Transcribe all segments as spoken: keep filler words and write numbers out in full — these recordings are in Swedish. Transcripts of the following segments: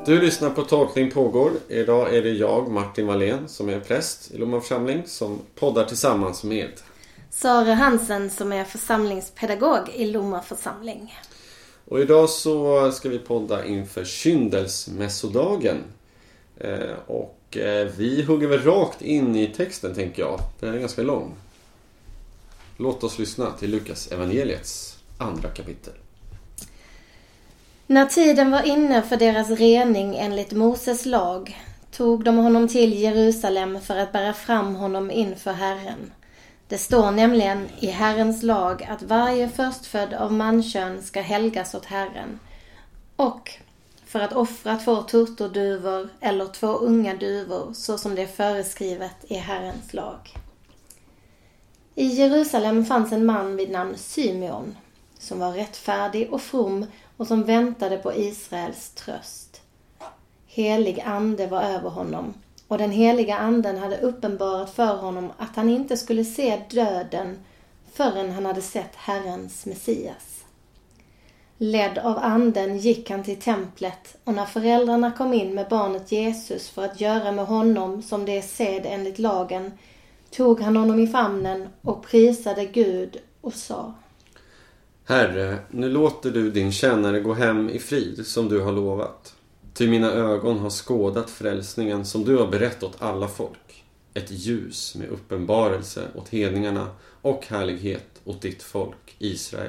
Du lyssnar på Tolkning pågår. Idag är det jag, Martin Wallén, som är präst i Lomma församling, som poddar tillsammans med Sara Hansen, som är församlingspedagog i Lomma församling. Och idag så ska vi podda inför Kyndelsmässodagen. Eh, och eh, vi hugger väl rakt in i texten, tänker jag. Den är ganska lång. Låt oss lyssna till Lukas evangeliets andra kapitel. När tiden var inne för deras rening enligt Moses lag tog de honom till Jerusalem för att bära fram honom inför Herren. Det står nämligen i Herrens lag att varje förstfödd av mankön ska helgas åt Herren, och för att offra två turturduvor eller två unga duvor, så som det är föreskrivet i Herrens lag. I Jerusalem fanns en man vid namn Symeon, som var rättfärdig och from och som väntade på Israels tröst. Helig ande var över honom, och den heliga anden hade uppenbarat för honom att han inte skulle se döden förrän han hade sett Herrens Messias. Ledd av anden gick han till templet, och när föräldrarna kom in med barnet Jesus för att göra med honom som det är sed enligt lagen, tog han honom i famnen och prisade Gud och sa: Herre, nu låter du din tjänare gå hem i frid som du har lovat. Ty mina ögon har skådat frälsningen som du har berett åt alla folk. Ett ljus med uppenbarelse åt hedningarna och härlighet åt ditt folk, Israel.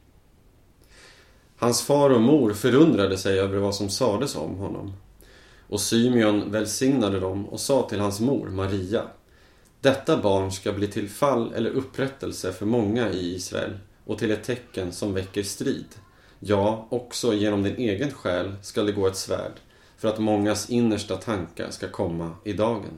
Hans far och mor förundrade sig över vad som sades om honom. Och Symeon välsignade dem och sa till hans mor, Maria: Detta barn ska bli till fall eller upprättelse för många i Israel, och till ett tecken som väcker strid. Ja, också genom din egen själ ska det gå ett svärd, för att mångas innersta tankar ska komma i dagen.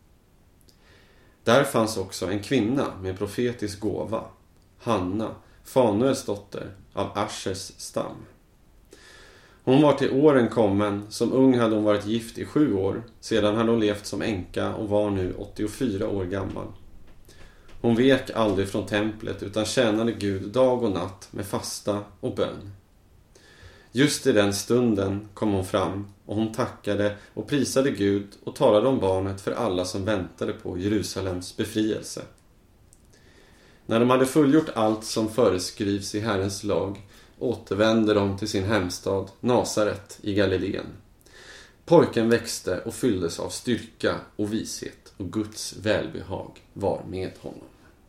Där fanns också en kvinna med profetisk gåva, Hanna, Fanuels dotter, av Aschers stam. Hon var till åren kommen, som ung hade hon varit gift i sju år, sedan hade hon levt som änka och var nu åttiofyra år gammal. Hon vek aldrig från templet utan tjänade Gud dag och natt med fasta och bön. Just i den stunden kom hon fram, och hon tackade och prisade Gud och talade om barnet för alla som väntade på Jerusalems befrielse. När de hade fullgjort allt som föreskrivs i Herrens lag återvände de till sin hemstad Nasaret i Galileen. Pojken växte och fylldes av styrka och vishet, och Guds välbehag var med honom.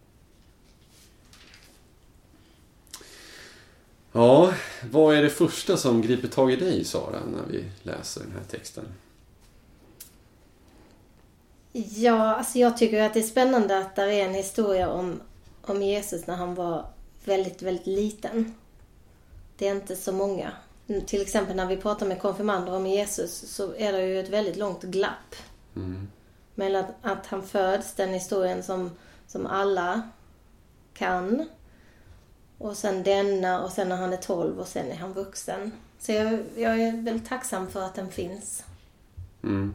Ja, vad är det första som griper tag i dig, Sara, när vi läser den här texten? Ja, alltså jag tycker att det är spännande att det är en historia om, om Jesus när han var väldigt, väldigt liten. Det är inte så många. Till exempel när vi pratar med konfirmander om Jesus så är det ju ett väldigt långt glapp. Mm. Mellan att, att han föds, den historien som, som alla kan, och sen denna, och sen när han är tolv, och sen är han vuxen. Så jag, jag är väldigt tacksam för att den finns. Mm.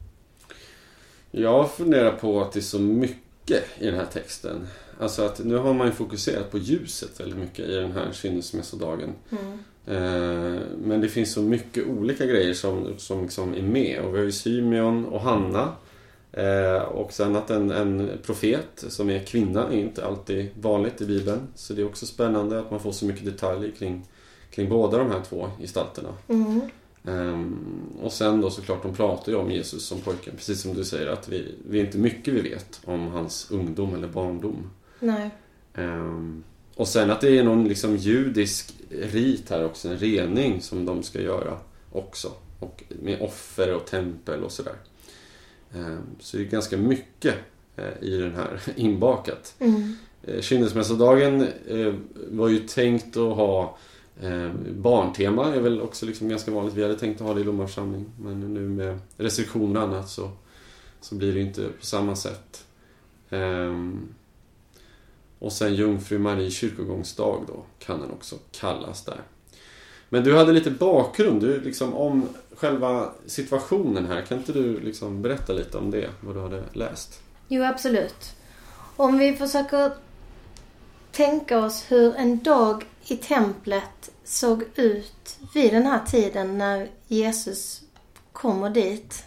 Jag funderar på att det är så mycket i den här texten. Alltså att nu har man ju fokuserat på ljuset väldigt mycket i den här Kyndelsmässodagen. Mm. Eh, men det finns så mycket olika grejer som, som liksom är med. Och vi har ju Symeon och Hanna. Eh, och sen att en, en profet som är kvinna är inte alltid vanligt i Bibeln. Så det är också spännande att man får så mycket detaljer kring, kring båda de här två gestalterna. Mm. Um, och sen då såklart de pratar ju om Jesus som pojken. Precis som du säger, att vi, vi är inte mycket vi vet om hans ungdom eller barndom. Nej. Um, och sen att det är någon liksom judisk rit här också, en rening som de ska göra också. Och med offer och tempel och sådär. Um, så det är ganska mycket uh, i den här inbakat. Mm. Uh, Kyndelsmässodagen uh, var ju tänkt att ha Eh, barntema är väl också liksom ganska vanligt. Vi hade tänkt att ha det i Lomma församling, men nu med restriktioner och annat så, så blir det inte på samma sätt. Eh, och sen Jungfru Marie kyrkogångsdag då kan den också kallas där. Men du hade lite bakgrund du, liksom, om själva situationen här. Kan inte du liksom berätta lite om det, vad du hade läst? Jo, absolut. Om vi försöker tänka oss hur en dag i templet såg ut vid den här tiden när Jesus kommer dit.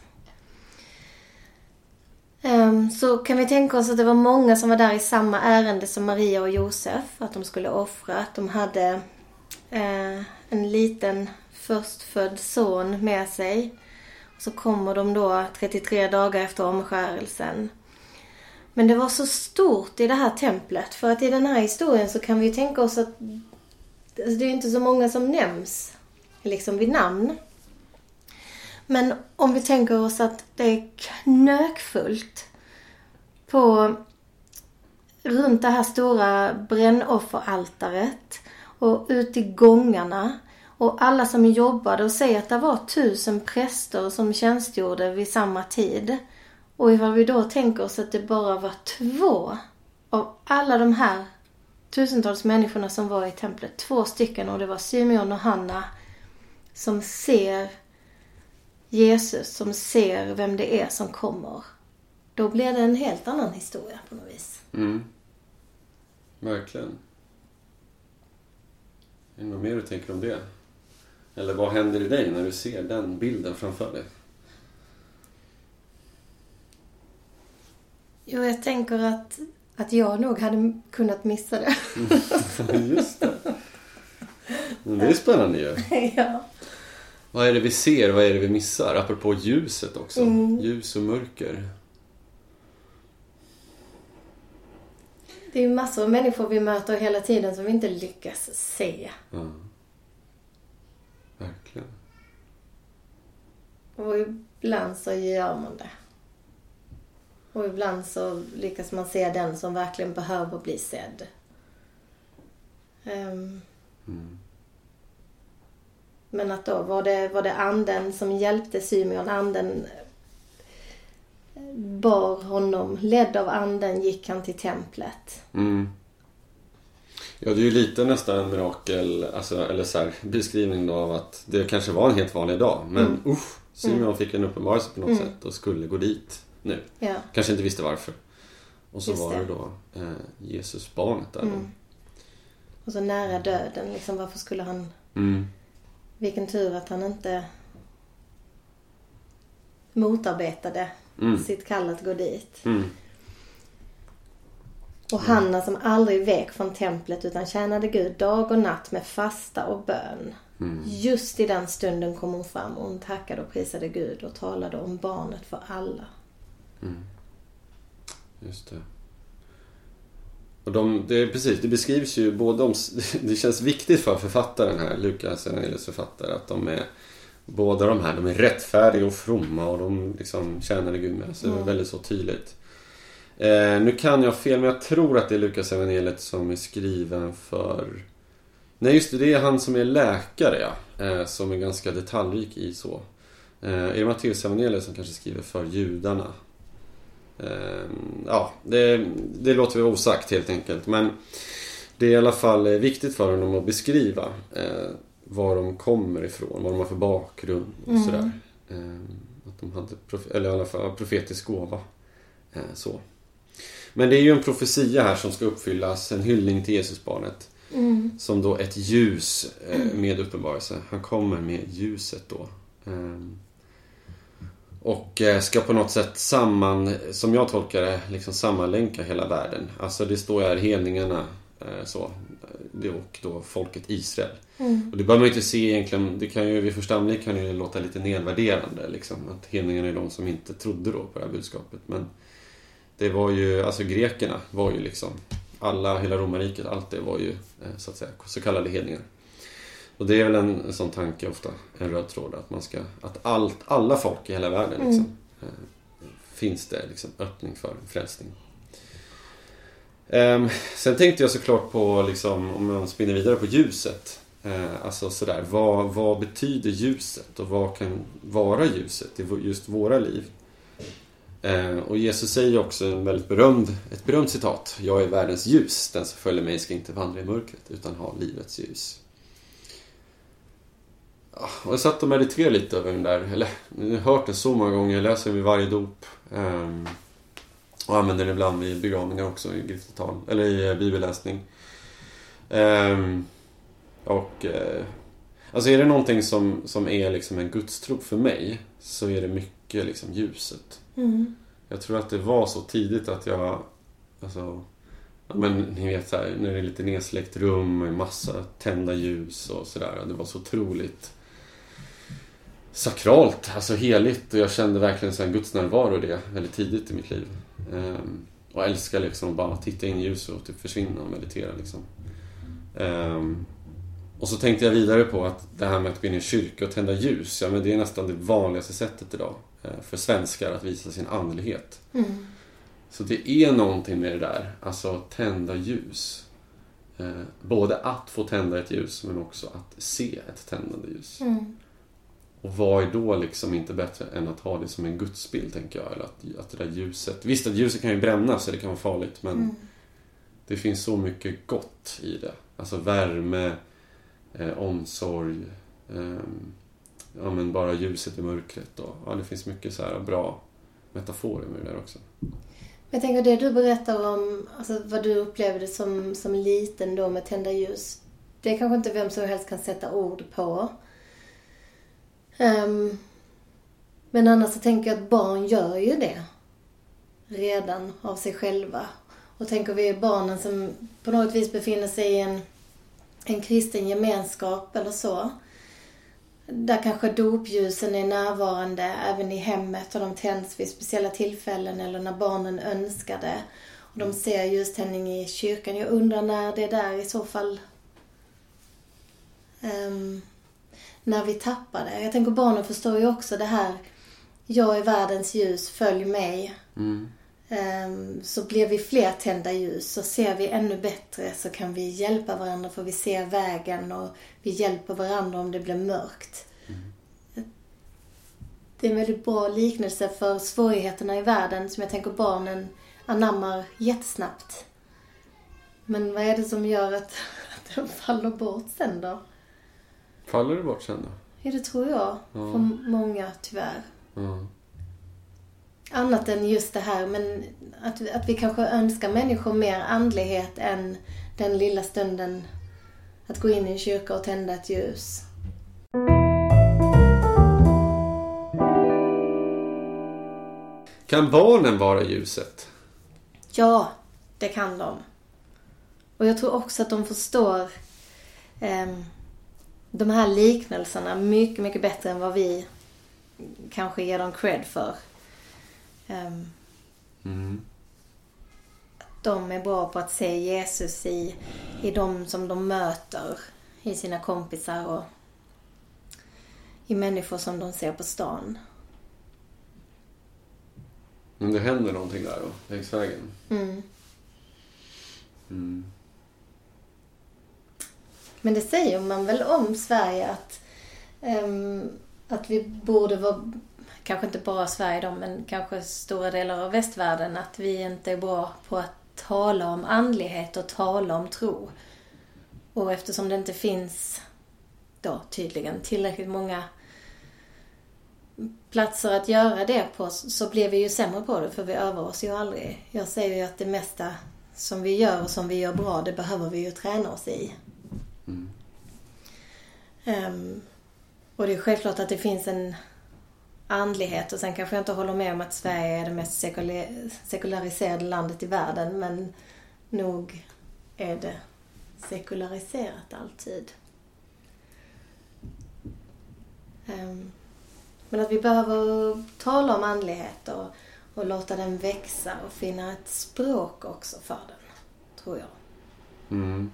Um, så kan vi tänka oss att det var många som var där i samma ärende som Maria och Josef. Att de skulle offra. Att de hade uh, en liten förstfödd son med sig. Och så kommer de då trettiotre dagar efter omskärelsen. Men det var så stort i det här templet. För att i den här historien så kan vi tänka oss att det är inte så många som nämns liksom vid namn. Men om vi tänker oss att det är knökfullt på runt det här stora brännofferaltaret och ut i gångarna. Och alla som jobbade, och säger att det var tusen präster som tjänstgjorde vid samma tid. Och ifall vi då tänker oss att det bara var två av alla de här tusentals människorna som var i templet. Två stycken, och det var Simeon och Hanna som ser Jesus, som ser vem det är som kommer. Då blir det en helt annan historia på något vis. Mm. Verkligen. Är det något mer du tänker om det? Eller vad händer i dig när du ser den bilden framför dig? Jo, jag tänker att, att jag nog hade kunnat missa det. Just det. Men det är spännande ju. Ja. Vad är det vi ser? Vad är det vi missar? Apropå ljuset också. Mm. Ljus och mörker. Det är ju massor av människor vi möter hela tiden som vi inte lyckas se. Ja. Verkligen. Och ibland så gör man det. Och ibland så lyckas man se den som verkligen behöver bli sedd. Um, mm. Men att då var det, var det anden som hjälpte Simeon. Anden bar honom. Ledd av anden gick han till templet. Mm. Ja, det är ju lite nästan en mirakel, alltså, eller så här, beskrivning då av att det kanske var en helt vanlig dag. Men mm. usch, Simeon mm. fick en uppenbarelse på något mm. sätt och skulle gå dit nu. Ja. Kanske inte visste varför. Och så Just var det, det då eh, Jesus barnet där. Mm. Och så nära döden. Liksom, varför skulle han... Mm. Vilken tur att han inte motarbetade mm. sitt kall att gå dit. Mm. Och Hanna som aldrig vek från templet utan tjänade Gud dag och natt med fasta och bön. Mm. Just i den stunden kom hon fram och hon tackade och prisade Gud och talade om barnet för alla. Mm. Just det. Och de, det är precis, det beskrivs ju både om, det känns viktigt för författaren här, Lukas evangeliets författare, att de är, båda de här, de är rättfärdiga och fromma och de liksom tjänade Gud med. Så mm. det är väldigt så tydligt. Eh, nu kan jag fel, men jag tror att det är Lukas evangeliet som är skriven för... Nej, just det, det är han som är läkare, ja. Eh, som är ganska detaljrik i så. Eh, är det Matteus evangeliet som kanske skriver för judarna? Eh, ja, det, det låter vi osagt helt enkelt. Men det är i alla fall viktigt för honom att beskriva eh, var de kommer ifrån, vad de har för bakgrund och mm. sådär. Eh, att de hade, prof- eller i alla fall profetisk gåva. Eh, så. Men det är ju en profetia här som ska uppfyllas, en hyllning till Jesusbarnet. Mm. Som då ett ljus eh, med uppenbarelse. Han kommer med ljuset då. Eh, och eh, ska på något sätt samman, som jag tolkar det, liksom sammanlänka hela världen. Alltså det står här hedningarna eh, så, det, och då folket Israel. Mm. Och det bör man ju inte se egentligen, det kan ju vid första anblick kan ju låta lite nedvärderande liksom, att hedningarna är de som inte trodde då på det här budskapet. Men det var ju, alltså grekerna var ju liksom, alla, hela romarriket, allt det var ju så att säga så kallade hedningar. Och det är väl en, en sån tanke ofta, en röd tråd, att man ska, att allt, alla folk i hela världen liksom, mm. eh, finns det liksom öppning för frälsning. Eh, sen tänkte jag såklart på liksom, om man spinner vidare på ljuset, eh, alltså sådär, vad, vad betyder ljuset och vad kan vara ljuset i just våra liv? Eh, och Jesus säger också en väldigt berömd, ett berömt citat: jag är världens ljus, den som följer mig ska inte vandra i mörkret utan ha livets ljus. Ja, och jag satt och mediterade lite över den där, eller jag har hört den så många gånger, jag läser den vid varje dop eh, och använder den ibland vid begravningar också i grifttal, eller i bibelläsning. Eh, och eh, Alltså är det någonting som, som är liksom en gudstro för mig, så är det mycket liksom ljuset. Mm. Jag tror att det var så tidigt att jag, alltså, men ni vet så här, när det är lite nedsläckt rum med massa tända ljus och sådär. Det var så otroligt sakralt, alltså heligt, och jag kände verkligen så här gudsnärvaro det väldigt tidigt i mitt liv. Um, och älskar liksom att bara titta in i ljuset och typ försvinna och meditera liksom. Um, och så tänkte jag vidare på att det här med att gå in i en kyrka och tända ljus, ja men det är nästan det vanligaste sättet idag uh, för svenskar att visa sin andlighet. Mm. Så det är någonting med det där, alltså tända ljus. Uh, både att få tända ett ljus men också att se ett tändande ljus. Mm. Och vad är då liksom inte bättre än att ha det som en gudsbild, tänker jag. Eller att, att det där ljuset... Visst, att ljuset kan ju bränna så det kan vara farligt. Men mm. det finns så mycket gott i det. Alltså värme, eh, omsorg. Eh, ja, men bara ljuset i mörkret. Och, ja, det finns mycket så här bra metaforer med det där också. Jag tänker det du berättar om, alltså vad du upplevde som, som liten då med tända ljus. Det är kanske inte vem som helst kan sätta ord på. Um, men annars så tänker jag att barn gör ju det redan av sig själva. Och tänker vi barnen som på något vis befinner sig i en, en kristen gemenskap eller så. Där kanske dopljusen är närvarande även i hemmet och de tänds vid speciella tillfällen eller när barnen önskar det. Och de ser ljuständning i kyrkan. Jag undrar när det är där i så fall... Um, när vi tappar det. Jag tänker barnen förstår ju också det här. Jag är världens ljus, följ mig. Mm. Um, så blir vi fler tända ljus. Så ser vi ännu bättre. Så kan vi hjälpa varandra för vi ser vägen. Och vi hjälper varandra om det blir mörkt. Mm. Det är en väldigt bra liknelse för svårigheterna i världen. Som jag tänker barnen anammar jättesnabbt. Men vad är det som gör att, att den faller bort sen då? Faller det bort sen då? Ja, det tror jag. Ja. För många, tyvärr. Ja. Annat än just det här. Men att, att vi kanske önskar människor mer andlighet än den lilla stunden att gå in i en kyrka och tända ett ljus. Kan barnen vara ljuset? Ja, det kan de. Och jag tror också att de förstår... Eh, de här liknelserna mycket, mycket bättre än vad vi kanske ger dem cred för. Um, Mm. De är bra på att se Jesus i, i de som de möter, i sina kompisar och i människor som de ser på stan. Men det händer någonting där då, längs vägen. Mm. Mm. Men det säger man väl om Sverige att, um, att vi borde vara, kanske inte bara Sverige då, men kanske stora delar av västvärlden, att vi inte är bra på att tala om andlighet och tala om tro. Och eftersom det inte finns då tydligen tillräckligt många platser att göra det på, så blir vi ju sämre på det, för vi övar oss ju aldrig. Jag säger ju att det mesta som vi gör och som vi gör bra, det behöver vi ju träna oss i. Mm. Um, och det är självklart att det finns en andlighet, och sen kanske jag inte håller med om att Sverige är det mest sekula- sekulariserade landet i världen, men nog är det sekulariserat alltid. Um, men att vi behöver tala om andlighet och, och låta den växa och finna ett språk också för den, tror jag. Mm.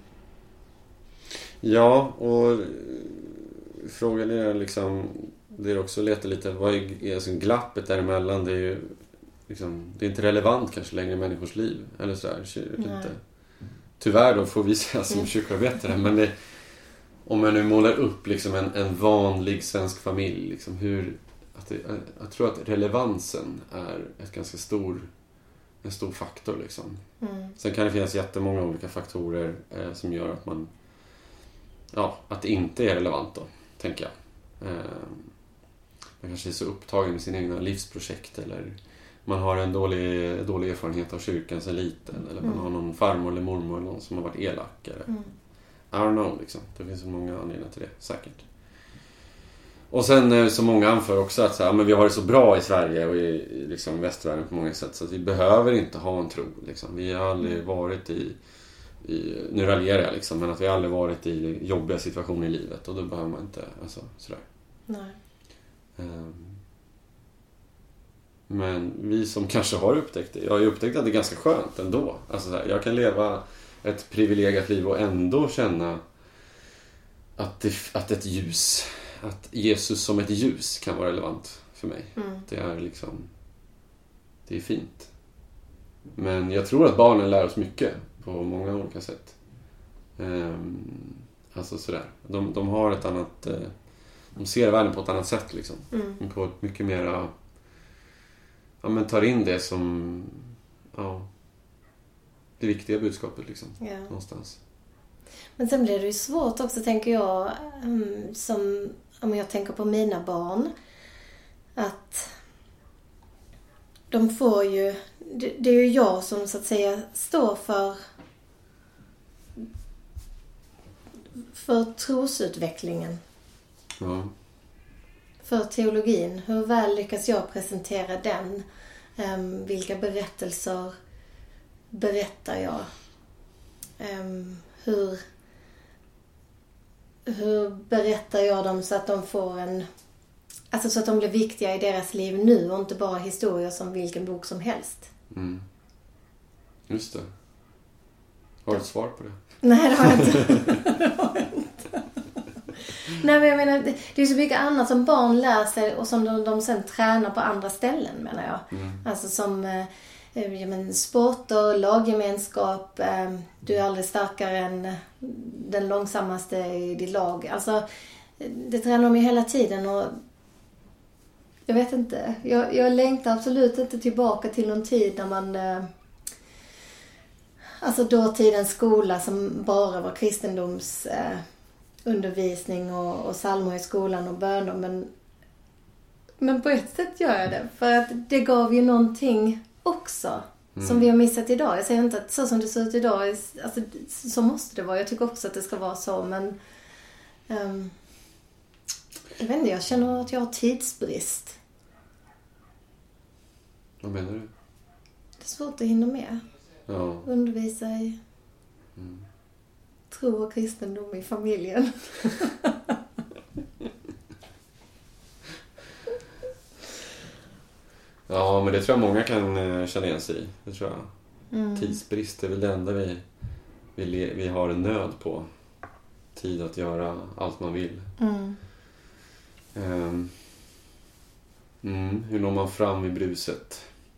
Ja, och frågan är liksom, det är också leta lite, vad är alltså glappet däremellan? Det är ju liksom, det är inte relevant kanske längre i människors liv eller så där, lite. Tyvärr då får vi säga som kyrkoarbetare, men det, om jag nu målar upp liksom en, en vanlig svensk familj, liksom hur, att det, jag tror att relevansen är ett ganska stor en stor faktor liksom. Mm. Sen kan det finnas jättemånga olika faktorer eh, som gör att man ja, att det inte är relevant då, tänker jag. Eh, man kanske är så upptagen med sina egna livsprojekt, eller man har en dålig, dålig erfarenhet av kyrkan sedan liten, eller man Mm. har någon farmor eller mormor eller någon som har varit elak, eller Mm. I don't know liksom. Det finns så många anledningar till det, säkert. Och sen så många anför också att så här, men vi har det så bra i Sverige och i liksom västvärlden på många sätt så att vi behöver inte ha en tro. Liksom. Vi har aldrig varit i, i nu raljerar jag liksom, men att vi har aldrig varit i jobbiga situationer i livet och då behöver man inte, alltså sådär. Nej. Um, men vi som kanske har upptäckt det, jag har ju upptäckt att det är ganska skönt ändå. Alltså så här, jag kan leva ett privilegierat liv och ändå känna att, det, att ett ljus, att Jesus som ett ljus kan vara relevant för mig. Mm. Det är liksom, det är fint. Men jag tror att barnen lär oss mycket på många olika sätt. Um, alltså sådär. De, de har ett annat, de ser världen på ett annat sätt liksom. Mm. På ett mycket mera, ja men tar in det som, ja, det viktiga budskapet liksom. Ja. Någonstans. Men sen blir det ju svårt också, tänker jag, som om jag tänker på mina barn, att de får ju, det, det är ju jag som så att säga står för för trosutvecklingen. Ja. För teologin. Hur väl lyckas jag presentera den? Um, vilka berättelser berättar jag? Um, hur hur berättar jag dem så att de får en, alltså så att de blir viktiga i deras liv nu och inte bara historier som vilken bok som helst. Mm. Just det. Har du ett svar på det? Nej, det har jag inte. det har jag inte. Nej, men jag menar, det, det är så mycket annat som barn lär sig och som de, de sen tränar på andra ställen, menar jag. Mm. Alltså som eh, jag men, sporter, laggemenskap, eh, du är aldrig starkare än den långsammaste i ditt lag. Alltså, det tränar de ju hela tiden och jag vet inte. Jag, jag längtar absolut inte tillbaka till någon tid när man... Eh, alltså dåtidens skola som bara var kristendoms... Eh, undervisning och, och psalmer i skolan och böner, men men på ett sätt gör jag det för att det gav ju någonting också mm. som vi har missat idag. Jag säger inte att så som det ser ut idag, alltså, så måste det vara. Jag tycker också att det ska vara så, men um, jag vet inte, jag känner att jag har tidsbrist. Vad menar du? Det är svårt att hinna med. Ja. Undervisa i mm. tro och kristendom i familjen. Ja, men det tror jag många kan känna igen sig i. Det tror jag. Mm. Tidsbrist är väl det enda vi, vi, vi har en nöd på. Tid att göra allt man vill. Mm. Um, mm, hur når man fram i bruset?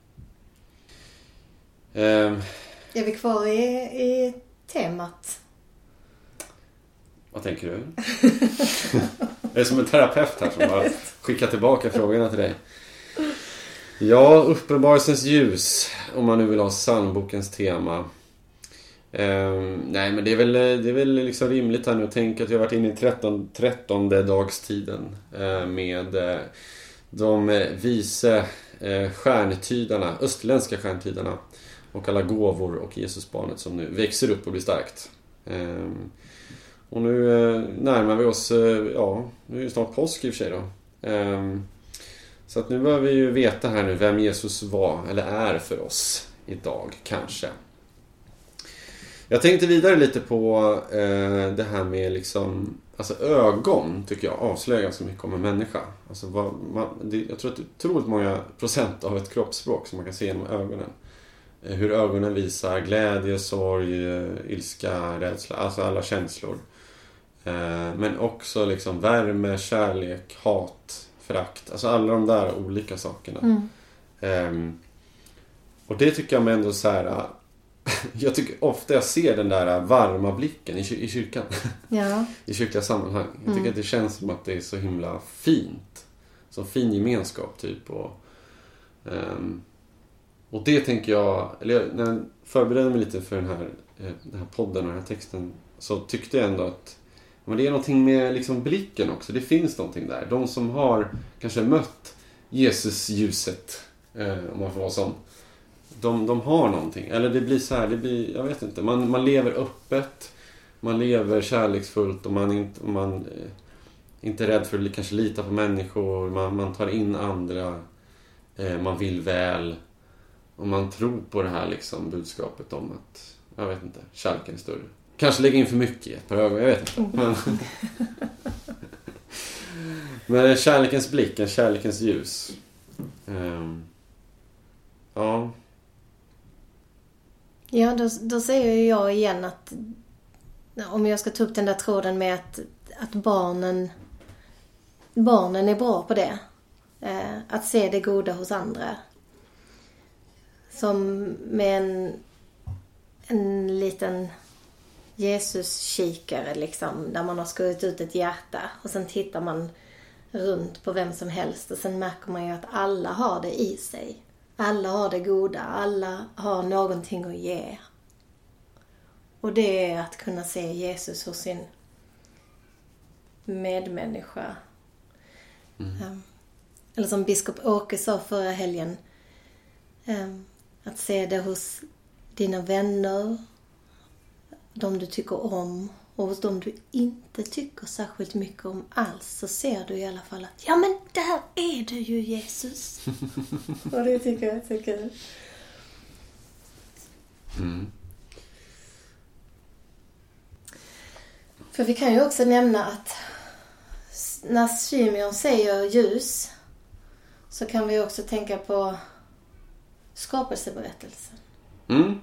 Um, är vi kvar i, i temat? Vad tänker du? Jag är som en terapeut här som bara skickar tillbaka frågorna till dig. Ja, uppenbarelsens ljus, om man nu vill ha psalmbokens tema. Um, nej, men det är väl, det är väl liksom rimligt här nu att tänka att vi har varit inne i tretton, trettonde dagstiden uh, med uh, de vise uh, stjärntydarna, östländska stjärntydarna och alla gåvor och Jesusbarnet som nu växer upp och blir starkt. Um, Och nu eh, närmar vi oss, eh, ja, nu är det snart påsk i och för sig då. Eh, så att nu behöver vi ju veta här nu vem Jesus var eller är för oss idag, kanske. Jag tänkte vidare lite på eh, det här med liksom, alltså ögon tycker jag avslöjar ganska mycket om en människa. Alltså vad, man, det, jag tror att det är otroligt många procent av ett kroppsspråk som man kan se genom ögonen. Eh, hur ögonen visar glädje, sorg, eh, ilska, rädsla, alltså alla känslor. Men också liksom värme, kärlek, hat, förakt. Alltså alla de där olika sakerna. Mm. Um, och det tycker jag ändå så här. Jag tycker ofta jag ser den där varma blicken i, i kyrkan. Ja. I kyrkliga sammanhang. Jag tycker mm. att det känns som att det är så himla fint. Så fin gemenskap typ. Och, um, och det tänker jag, eller när jag förberedde mig lite för den här, den här podden och den här texten, så tyckte jag ändå att men det är någonting med liksom blicken också. Det finns någonting där. De som har kanske mött Jesus-ljuset, eh, om man får vara sån, de, de har någonting. Eller det blir så här, det blir, jag vet inte. Man, man lever öppet, man lever kärleksfullt och man, inte, man inte rädd för att kanske lita på människor. Man, man tar in andra. Eh, man vill väl. Och man tror på det här liksom, budskapet om att, jag vet inte, kärleken är större. Kanske lägga in för mycket i ett par ögon, jag vet inte. Men, men kärlekens blick, en kärlekens ljus. Um, ja. Ja, då, då säger jag igen att om jag ska ta upp den där tråden med att, att barnen barnen är bra på det. Eh, att se det goda hos andra. Som med en, en liten Jesus-kikare liksom, där man har skurit ut ett hjärta och sen tittar man runt på vem som helst och sen märker man ju att alla har det i sig. Alla har det goda, alla har någonting att ge. Och det är att kunna se Jesus hos sin medmänniska. Mm. Eller som biskop Åke sa förra helgen, att se det hos dina vänner, de du tycker om, och hos de du inte tycker särskilt mycket om alls, så ser du i alla fall att ja, men där är du ju, Jesus. Och det tycker jag är så kul. Mm. För vi kan ju också nämna att när Simeon säger ljus, så kan vi också tänka på skapelseberättelsen. Mm.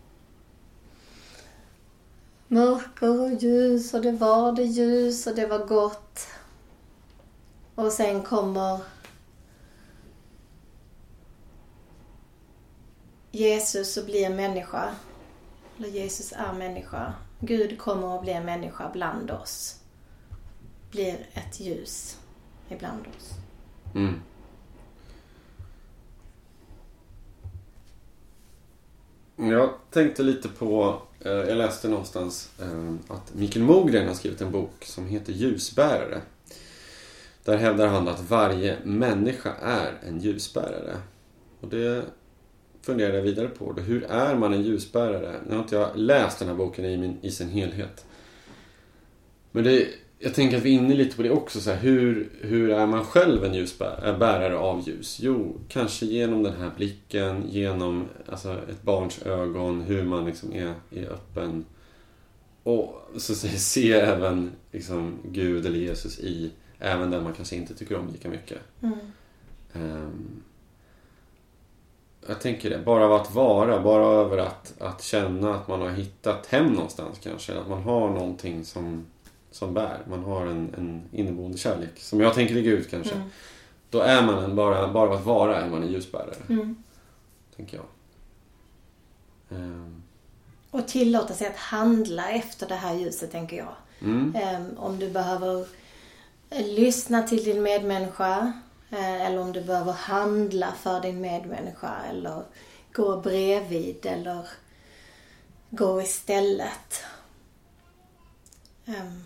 Mörker och ljus, och det var det ljus och det var gott. Och sen kommer Jesus och blir människa. Eller Jesus är människa. Gud kommer att bli en människa bland oss. Blir ett ljus ibland oss. Mm. Jag tänkte lite på, eh, jag läste någonstans eh, att Mikael Mogren har skrivit en bok som heter Ljusbärare. Där hävdar han att varje människa är en ljusbärare. Och det funderar jag vidare på. Hur är man en ljusbärare? Nu har inte jag läst den här boken i, min, i sin helhet. Men det, jag tänker att vi är inne lite på det också. Så här, hur, hur är man själv en ljusbärare av ljus? Jo, kanske genom den här blicken, genom alltså, ett barns ögon, hur man liksom är, är öppen. Och så att säga, se även liksom, Gud eller Jesus i, även den man kanske inte tycker om lika mycket. Mm. Um, jag tänker det, bara av att vara, bara över att, att känna att man har hittat hem någonstans kanske. Att man har någonting som... som bär. Man har en, en inneboende kärlek. Som jag tänker i Gud kanske. Mm. Då är man en, bara, bara av att vara är man en ljusbärare. Mm. Tänker jag. Um. Och tillåta sig att handla efter det här ljuset, tänker jag. Mm. Um, om du behöver lyssna till din medmänniska. Uh, eller om du behöver handla för din medmänniska. Eller gå bredvid. Eller gå istället. Um.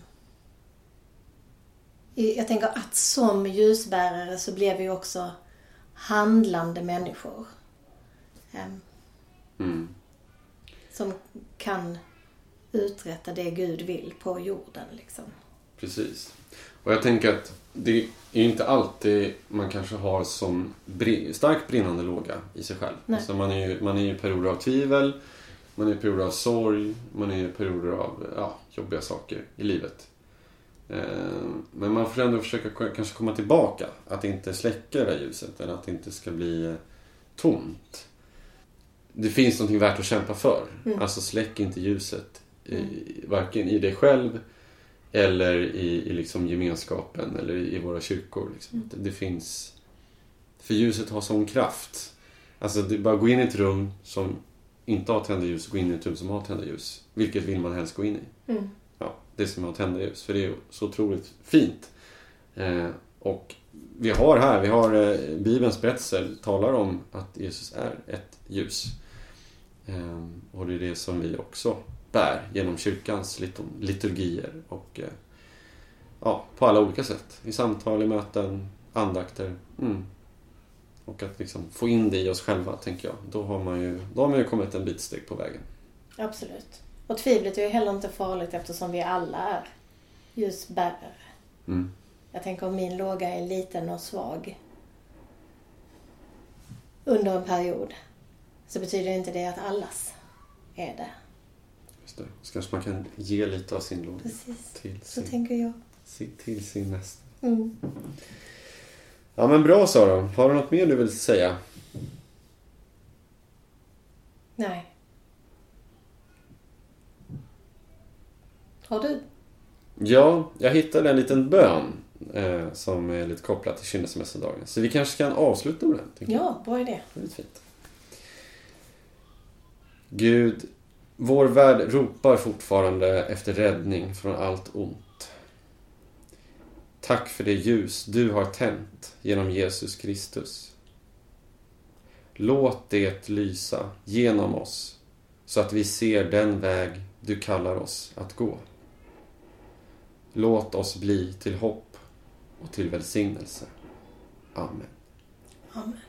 Jag tänker att som ljusbärare så blir vi också handlande människor. Um, mm. Som kan uträtta det Gud vill på jorden. Liksom. Precis. Och jag tänker att det är inte alltid man kanske har som br- starkt brinnande låga i sig själv. Alltså man är ju, man är ju perioder av tvivel, man är i perioder av sorg, man är i perioder av ja, jobbiga saker i livet. Men man får ändå försöka kanske komma tillbaka. Att inte släcka det där ljuset. Eller att det inte ska bli tomt. Det finns någonting värt att kämpa för. Mm. Alltså släck inte ljuset. I, varken i dig själv. Eller i, i liksom gemenskapen. Eller i, i våra kyrkor. Liksom. Mm. Det finns... För ljuset har sån kraft. Alltså det bara gå in i ett rum som inte har tända ljus. Gå in i ett rum som har tända ljus. Vilket vill man helst gå in i. Mm. Ja, det som är att tända ljus. För det är så otroligt fint. Eh, och vi har här, vi har eh, Bibelns berättelse talar om att Jesus är ett ljus. Eh, och det är det som vi också bär genom kyrkans lit- liturgier. Och eh, ja, på alla olika sätt. I samtal, i möten, andakter. Mm. Och att liksom få in det i oss själva, tänker jag. Då har man ju, då har man ju kommit en bit steg på vägen. Absolut. Och tvivlet är ju heller inte farligt eftersom vi alla är ljusbärare. Mm. Jag tänker om min låga är liten och svag under en period, så betyder inte det att allas är det. Just det. Så kanske man kan ge lite av sin låga Precis. till Så sin, tänker jag. till sin nästa. Mm. Ja, men bra Sara. Har du något mer du vill säga? Nej. Har du? Ja, jag hittade en liten bön eh, som är lite kopplad till kynnelsemässodagen. Så vi kanske kan avsluta med den. tänker jag. Ja, bra idé. Det är lite fint. Gud, vår värld ropar fortfarande efter räddning från allt ont. Tack för det ljus du har tänt genom Jesus Kristus. Låt det lysa genom oss så att vi ser den väg du kallar oss att gå. Låt oss bli till hopp och till välsignelse. Amen. Amen.